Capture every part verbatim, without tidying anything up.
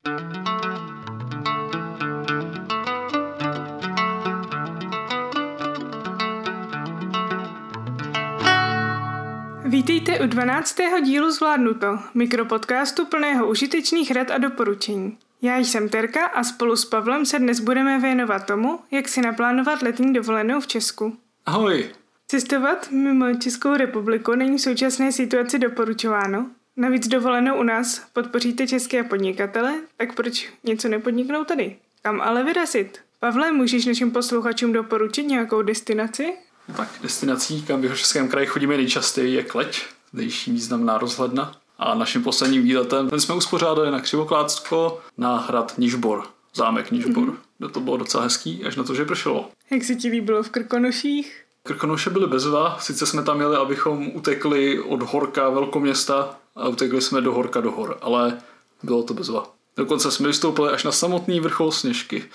Vítejte u dvanáctého dílu Zvládnuto, mikropodcastu plného užitečných rad a doporučení. Já jsem Terka a spolu s Pavlem se dnes budeme věnovat tomu, jak si naplánovat letní dovolenou v Česku. Ahoj! Cestovat mimo Českou republiku není v současné situaci doporučováno. Navíc dovolenou u nás podpoříte české podnikatele, tak proč něco nepodniknou tady? Kam ale vyrazit? Pavle, můžeš našim posluchačům doporučit nějakou destinaci? Tak destinací, kam v Jihočeském kraji chodíme nejčastěji, je Kleť, zdejší významná rozhledna. A naším posledním výletem ten jsme uspořádali na Křivoklátsko na hrad Nižbor, zámek Nižbor. Mm-hmm. Kde to bylo docela hezký, až na to, že pršelo. Jak se ti líbilo v Krkonoších? Krkonoše byly bezva, sice jsme tam jeli, abychom utekli od Horka velkoměsta a utekli jsme do Horka do hor, ale bylo to bezva. Dokonce jsme vystoupili až na samotný vrchol Sněžky.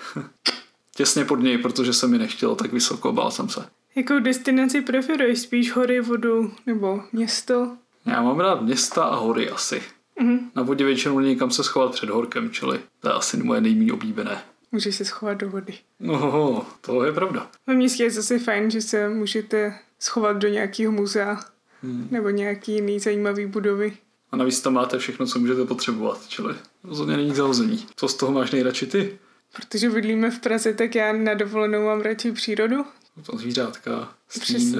Těsně pod něj, protože se mi nechtělo tak vysoko, bál jsem se. Jakou destinaci preferuješ? Spíš hory, vodu nebo město? Já mám rád města a hory asi. Mm-hmm. Na vodě většinou někam se schovat před horkem, čili to je asi moje nejméně oblíbené. Můžeš se schovat do vody. No, to je pravda. Ve městě je zase fajn, že se můžete schovat do nějakého muzea hmm. nebo nějaký jiný zajímavý budovy. A navíc tam máte všechno, co můžete potřebovat, čili rozhodně není zahození. Co z toho máš nejradši ty? Protože bydlíme v Praze, tak já na dovolenou mám radši přírodu. To zvířátka, stín. Přesně.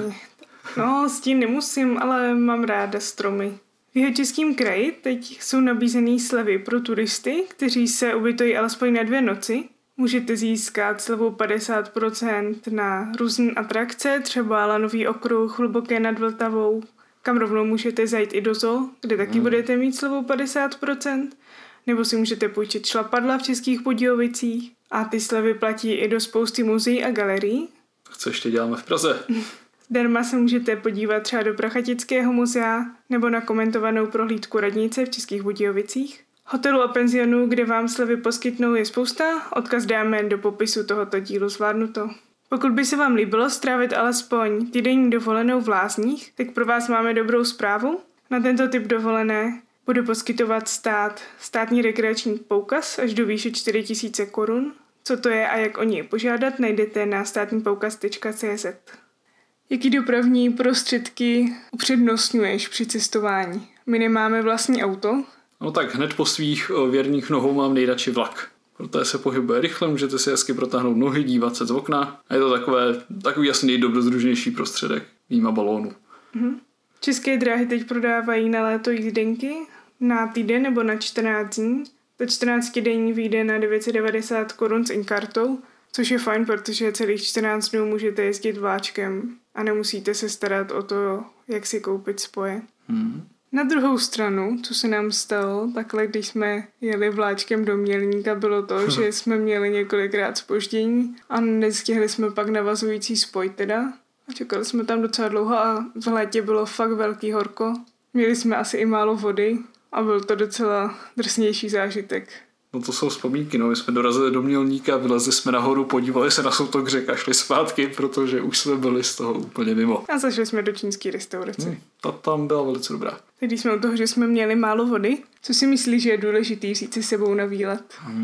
No, stín nemusím, ale mám ráda stromy. V Jihočeském kraji teď jsou nabízený slevy pro turisty, kteří se ubytují alespoň na dvě noci. Můžete získat slevu padesát procent na různé atrakce, třeba lanový okruh, hluboké nad Vltavou, kam rovnou můžete zajít i do zoo, kde taky hmm. budete mít slevu padesát procent. Nebo si můžete půjčit šlapadla v Českých Budějovicích a ty slevy platí i do spousty muzeí a galerií. Co ještě děláme v Praze? Darma se můžete podívat třeba do Prachatického muzea nebo na komentovanou prohlídku radnice v Českých Budějovicích. Hotelů a penzionů, kde vám slevy poskytnou, je spousta, odkaz dáme do popisu tohoto dílu Zvládnuto. Pokud by se vám líbilo strávit alespoň týdenní dovolenou v Lázních, tak pro vás máme dobrou zprávu. Na tento typ dovolené bude poskytovat stát státní rekreační poukaz až do výše čtyři tisíce korun. Co to je a jak o něj požádat, najdete na státnípoukaz tečka cé zet. Jaký dopravní prostředky upřednostňuješ při cestování? My nemáme vlastní auto. No tak hned po svých věrných nohou mám nejradši vlak. Protože se pohybuje rychle, můžete si hezky protáhnout nohy, dívat se z okna. A je to takové, takový jasný nejdobrodružnější prostředek výjima balónu. Mhm. České dráhy teď prodávají na léto jízdenky na týden nebo na čtrnáct dní. Za čtrnáct denní vyjde na devět set devadesát korun s inkartou, což je fajn, protože celých čtrnáct dnů můžete jezdit vláčkem a nemusíte se starat o to, jak si koupit spoje. Hmm. Na druhou stranu, co se nám stalo, takhle když jsme jeli vláčkem do Mělníka, bylo to, že jsme měli několikrát zpoždění a nestihli jsme pak navazující spoj teda. A čekali jsme tam docela dlouho a v létě bylo fakt velký horko. Měli jsme asi i málo vody a byl to docela drsnější zážitek. No to jsou vzpomínky, no my jsme dorazili do Mělníka, vylezli jsme nahoru, podívali se na soutok řek a šli zpátky, protože už jsme byli z toho úplně mimo. A zašli jsme do čínské restaurace. Hmm, ta tam byla velice dobrá. Teď jsme u toho, že jsme měli málo vody, co si myslíš, že je důležitý vzít si sebou na výlet?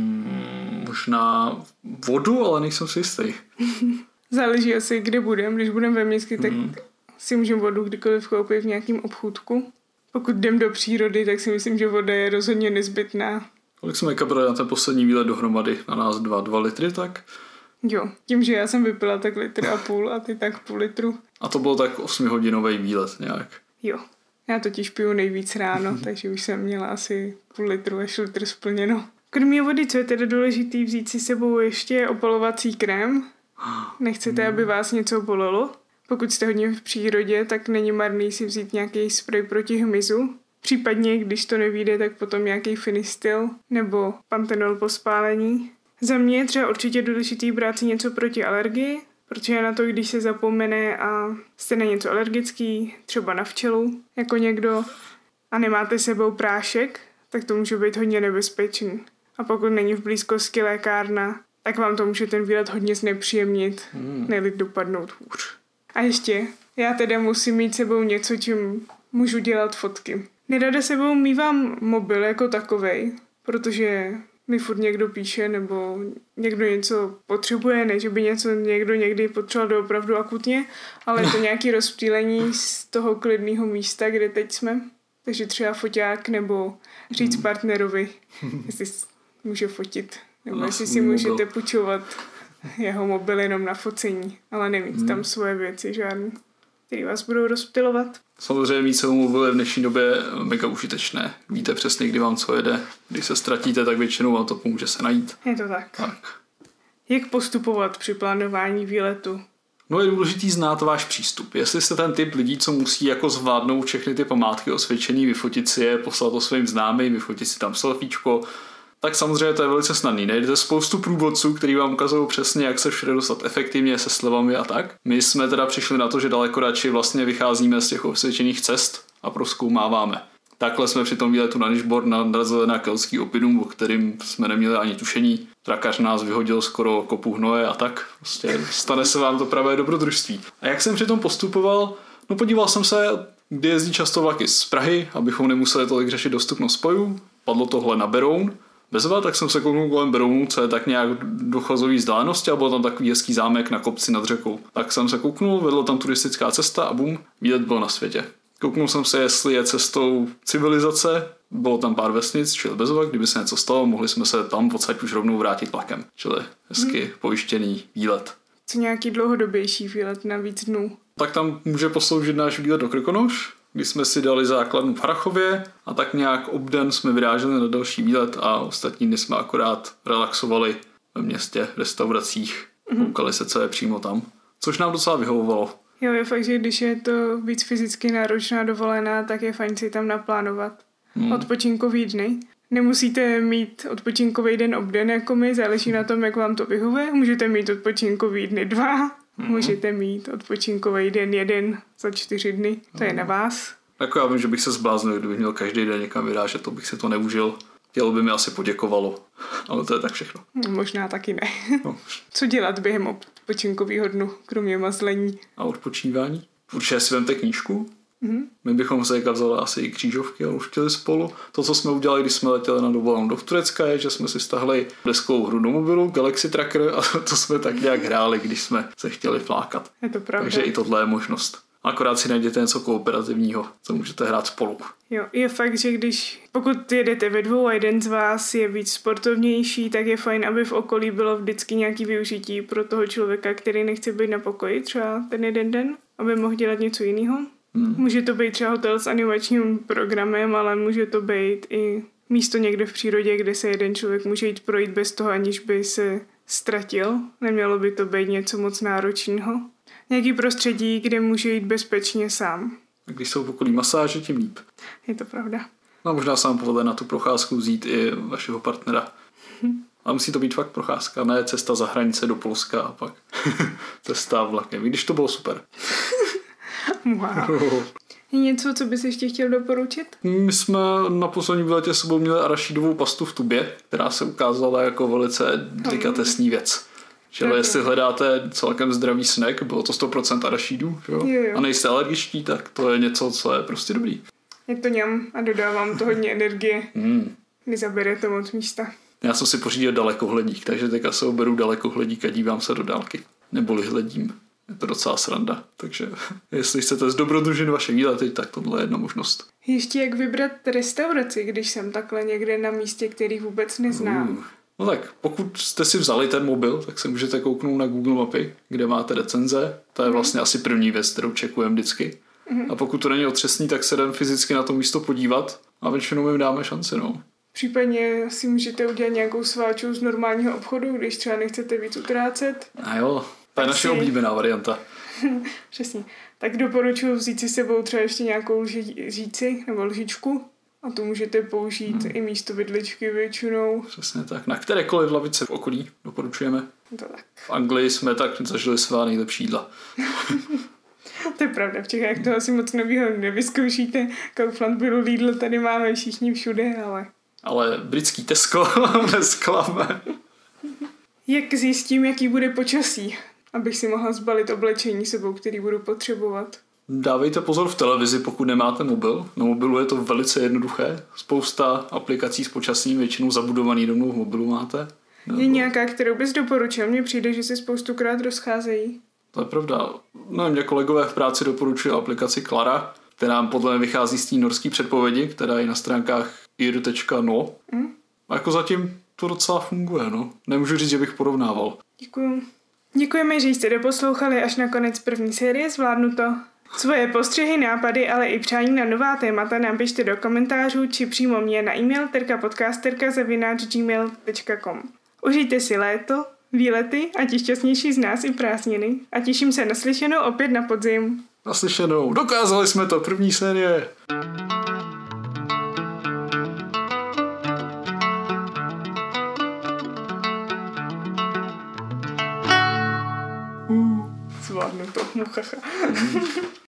Hmm, možná vodu, ale nejsem si jistý. Záleží asi, kde budeme. Když budeme ve městě, tak hmm. si můžeme vodu kdykoliv koupit v nějakém obchůdku. Pokud jdem do přírody, tak si myslím, že voda je rozhodně nezbytná. Kolik jsme kabrali na ten poslední výlet dohromady? Na nás dva, dva litry, tak? Jo, tím, že já jsem vypila tak litr a půl a ty tak půl litru. A to byl tak osmihodinový výlet nějak? Jo, já totiž piju nejvíc ráno, takže už jsem měla asi půl litru až litr splněno. Kromě vody, co je teda důležitý vzít si sebou ještě opalovací krém. Nechcete, aby vás něco bolelo? Pokud jste hodně v přírodě, tak není marný si vzít nějaký sprej proti hmyzu. Případně, když to nevyjde, tak potom nějaký Finistil nebo Pantenol po spálení. Za mě je třeba určitě důležitý brát si něco proti alergii, protože na to, když se zapomene a jste na něco alergický, třeba na včelu, jako někdo, a nemáte sebou prášek, tak to může být hodně nebezpečný. A pokud není v blízkosti lékárna, tak vám to může ten výlet hodně znepříjemnit, hmm. ne-li dopadnout hůř. A ještě, já teda musím mít sebou něco, čím můžu dělat fotky. Nerada sebou mívám mobil jako takovej, protože mi furt někdo píše nebo někdo něco potřebuje, ne, že by něco někdo někdy potřeboval doopravdu akutně, ale je to nějaké rozptýlení z toho klidného místa, kde teď jsme. Takže třeba foťák nebo říct partnerovi, jestli může fotit, nebo no, jestli si můžete mobil. Půjčovat jeho mobil jenom na focení, ale nemít hmm. tam svoje věci žádný, které vás budou rozptylovat. Samozřejmě mít svou mobil je v dnešní době mega užitečné. Víte přesně, kdy vám co jede. Když se ztratíte, tak většinou vám to pomůže se najít. Je to tak. tak. Jak postupovat při plánování výletu? No je důležitý znát váš přístup. Jestli jste ten typ lidí, co musí jako zvládnout všechny ty památky osvědčený, vyfotit si je, poslat to svým známým, vyfotit si tam selfiečko, tak samozřejmě to je velice snadný. Najdete spoustu průvodců, který vám ukazují přesně, jak se všude dostat efektivně se slevami a tak. My jsme teda přišli na to, že daleko radši vlastně vycházíme z těch osvědčených cest a prozkoumáváme. Takhle jsme při tom výletu na Nižbor narazili na keltský opidum, o kterým jsme neměli ani tušení. Trakař nás vyhodil skoro kopu hnoje a tak. Prostě stane se vám to pravé dobrodružství. A jak jsem při tom postupoval? No podíval jsem se, kde jezdí často vlaky z Prahy, abychom nemuseli tolik řešit dostupnost spojů. Padlo tohle na Beroun. Bezva, tak jsem se kouknul kolem Berounu, co je tak nějak dochozový vzdálenosti a byl tam takový hezký zámek na kopci nad řekou. Tak jsem se kouknul, vedla tam turistická cesta a bum, výlet byl na světě. Kouknul jsem se, jestli je cestou civilizace, bylo tam pár vesnic, čili Bezva, kdyby se něco stalo, mohli jsme se tam odsaď už rovnou vrátit vlakem. Čili hezky hmm. pojištěný výlet. Co nějaký dlouhodobější výlet na víc dnů? Tak tam může posloužit náš výlet do Krkonoš, kdy jsme si dali základnu v Harrachově a tak nějak obden jsme vyráželi na další výlet a ostatní dny jsme akorát relaxovali ve městě, v restauracích, mm-hmm. koukali se, co je přímo tam, což nám docela vyhovovalo. Jo, je fakt, že když je to víc fyzicky náročná dovolená, tak je fajn si tam naplánovat mm. odpočinkový dny. Nemusíte mít odpočinkový den obden jako my, záleží na tom, jak vám to vyhovuje. Můžete mít odpočinkový dny dva, mm. můžete mít odpočinkový den jeden za čtyři dny, to mm. je na vás. Jako já vím, že bych se zbláznil, kdybych měl každý den někam vyrážet, to bych si to neužil. Tělo by mi asi poděkovalo, ale to je tak všechno. Možná taky ne. No. Co dělat během odpočinkového dnu, kromě mazlení? A odpočívání? Určitě si vemte knížku. Mm-hmm. My bychom se vzali asi i křížovky a luštili spolu. To, co jsme udělali, když jsme letěli na dovolenou do Turecka, je, že jsme si stáhli deskovou hru do mobilu, Galaxy Tracker, a to jsme tak nějak hráli, když jsme se chtěli flákat. Je to pravda. Takže i tohle je možnost. Akorát si najděte něco kooperativního, co můžete hrát spolu. Jo, je fakt, že když pokud jedete ve dvou a jeden z vás je víc sportovnější, tak je fajn, aby v okolí bylo vždycky nějaký využití pro toho člověka, který nechce být na pokoji třeba ten jeden den, aby mohl dělat něco jiného. Hmm. Může to být třeba hotel s animačním programem, ale může to být i místo někde v přírodě, kde se jeden člověk může jít projít bez toho, aniž by se ztratil. Nemělo by to být něco moc náročného. Nějaký prostředí, kde může jít bezpečně sám. A když jsou v okolí masáže, tím líp. Je to pravda. No možná sám povede na tu procházku vzít i vašeho partnera. Hm. A musí to být fakt procházka, ne cesta za hranice do Polska a pak cesta vlakem. I když to bylo super. Wow. Je něco, co bys ještě chtěl doporučit? My jsme na posledním výletě sebou měli arašidovou pastu v tubě, která se ukázala jako velice delikatesní věc. Čili jestli hledáte celkem zdravý snack, bylo to sto procent arašidů, jo? Jo, jo. A nejste alergičtí, tak to je něco, co je prostě dobrý. Je to ňam a dodávám to hodně energie. Mm. Nezabere to moc místa. Já jsem si pořídil dalekohledík, takže teďka se oberu dalekohledík a dívám se do dálky. Neboli hledím. Je to docela sranda. Takže jestli chcete zdobrodružit vaše výlety, tak tohle je jedna možnost. Ještě jak vybrat restauraci, když jsem takhle někde na místě, který vůbec neznám. Uh. No tak, pokud jste si vzali ten mobil, tak se můžete kouknout na Google Mapy, kde máte recenze. To je vlastně mm. asi první věc, kterou čekujeme vždycky. Mm. A pokud to není otřesný, tak se jdem fyzicky na to místo podívat a většinou jim dáme šanci. No. Případně si můžete udělat nějakou sváču z normálního obchodu, když třeba nechcete víc utrácet. A jo, to je naše si... oblíbená varianta. Přesně. Tak doporučuji vzít si sebou třeba ještě nějakou lžíci nebo lžičku. A to můžete použít hmm. i místo vidličky většinou. Přesně tak. Na kterékoliv lavice v okolí doporučujeme. To tak. V Anglii jsme tak zažili svá nejlepší jídla. To je pravda. V Čechách toho asi moc novýho nevyzkoušíte. Kaufland, byl Lidl, tady máme všichni všude, ale... Ale britský Tesco nesklame. Jak zjistím, jaký bude počasí? Abych si mohla zbalit oblečení sebou, který budu potřebovat. Dávejte pozor v televizi, pokud nemáte mobil. Na mobilu je to velice jednoduché. Spousta aplikací s počasím, většinou zabudovaný domů v mobilu máte. Nebo... Je nějaká, kterou bys doporučil? Mně přijde, že se spoustukrát rozcházejí. To je pravda. No, mě kolegové v práci doporučují aplikaci Klara, která podle mě vychází z té norské předpovědi, která je na stránkách ir tečka no. Mm. A jako zatím to docela funguje, no. Nemůžu říct, že bych porovnával. Děkuju. Děkujeme, že jste doposlouchali až na konec první série Zvládnuto. Svoje postřehy, nápady, ale i přání na nová témata nám pište do komentářů či přímo mě na e-mail terkapodcasterka zavináč gmail tečka com. Užijte si léto, výlety a ti šťastnější z nás i prázdniny. A těším se na slyšenou opět na podzim. Naslyšenou. Dokázali jsme to, první série. Uh, zvládnu to.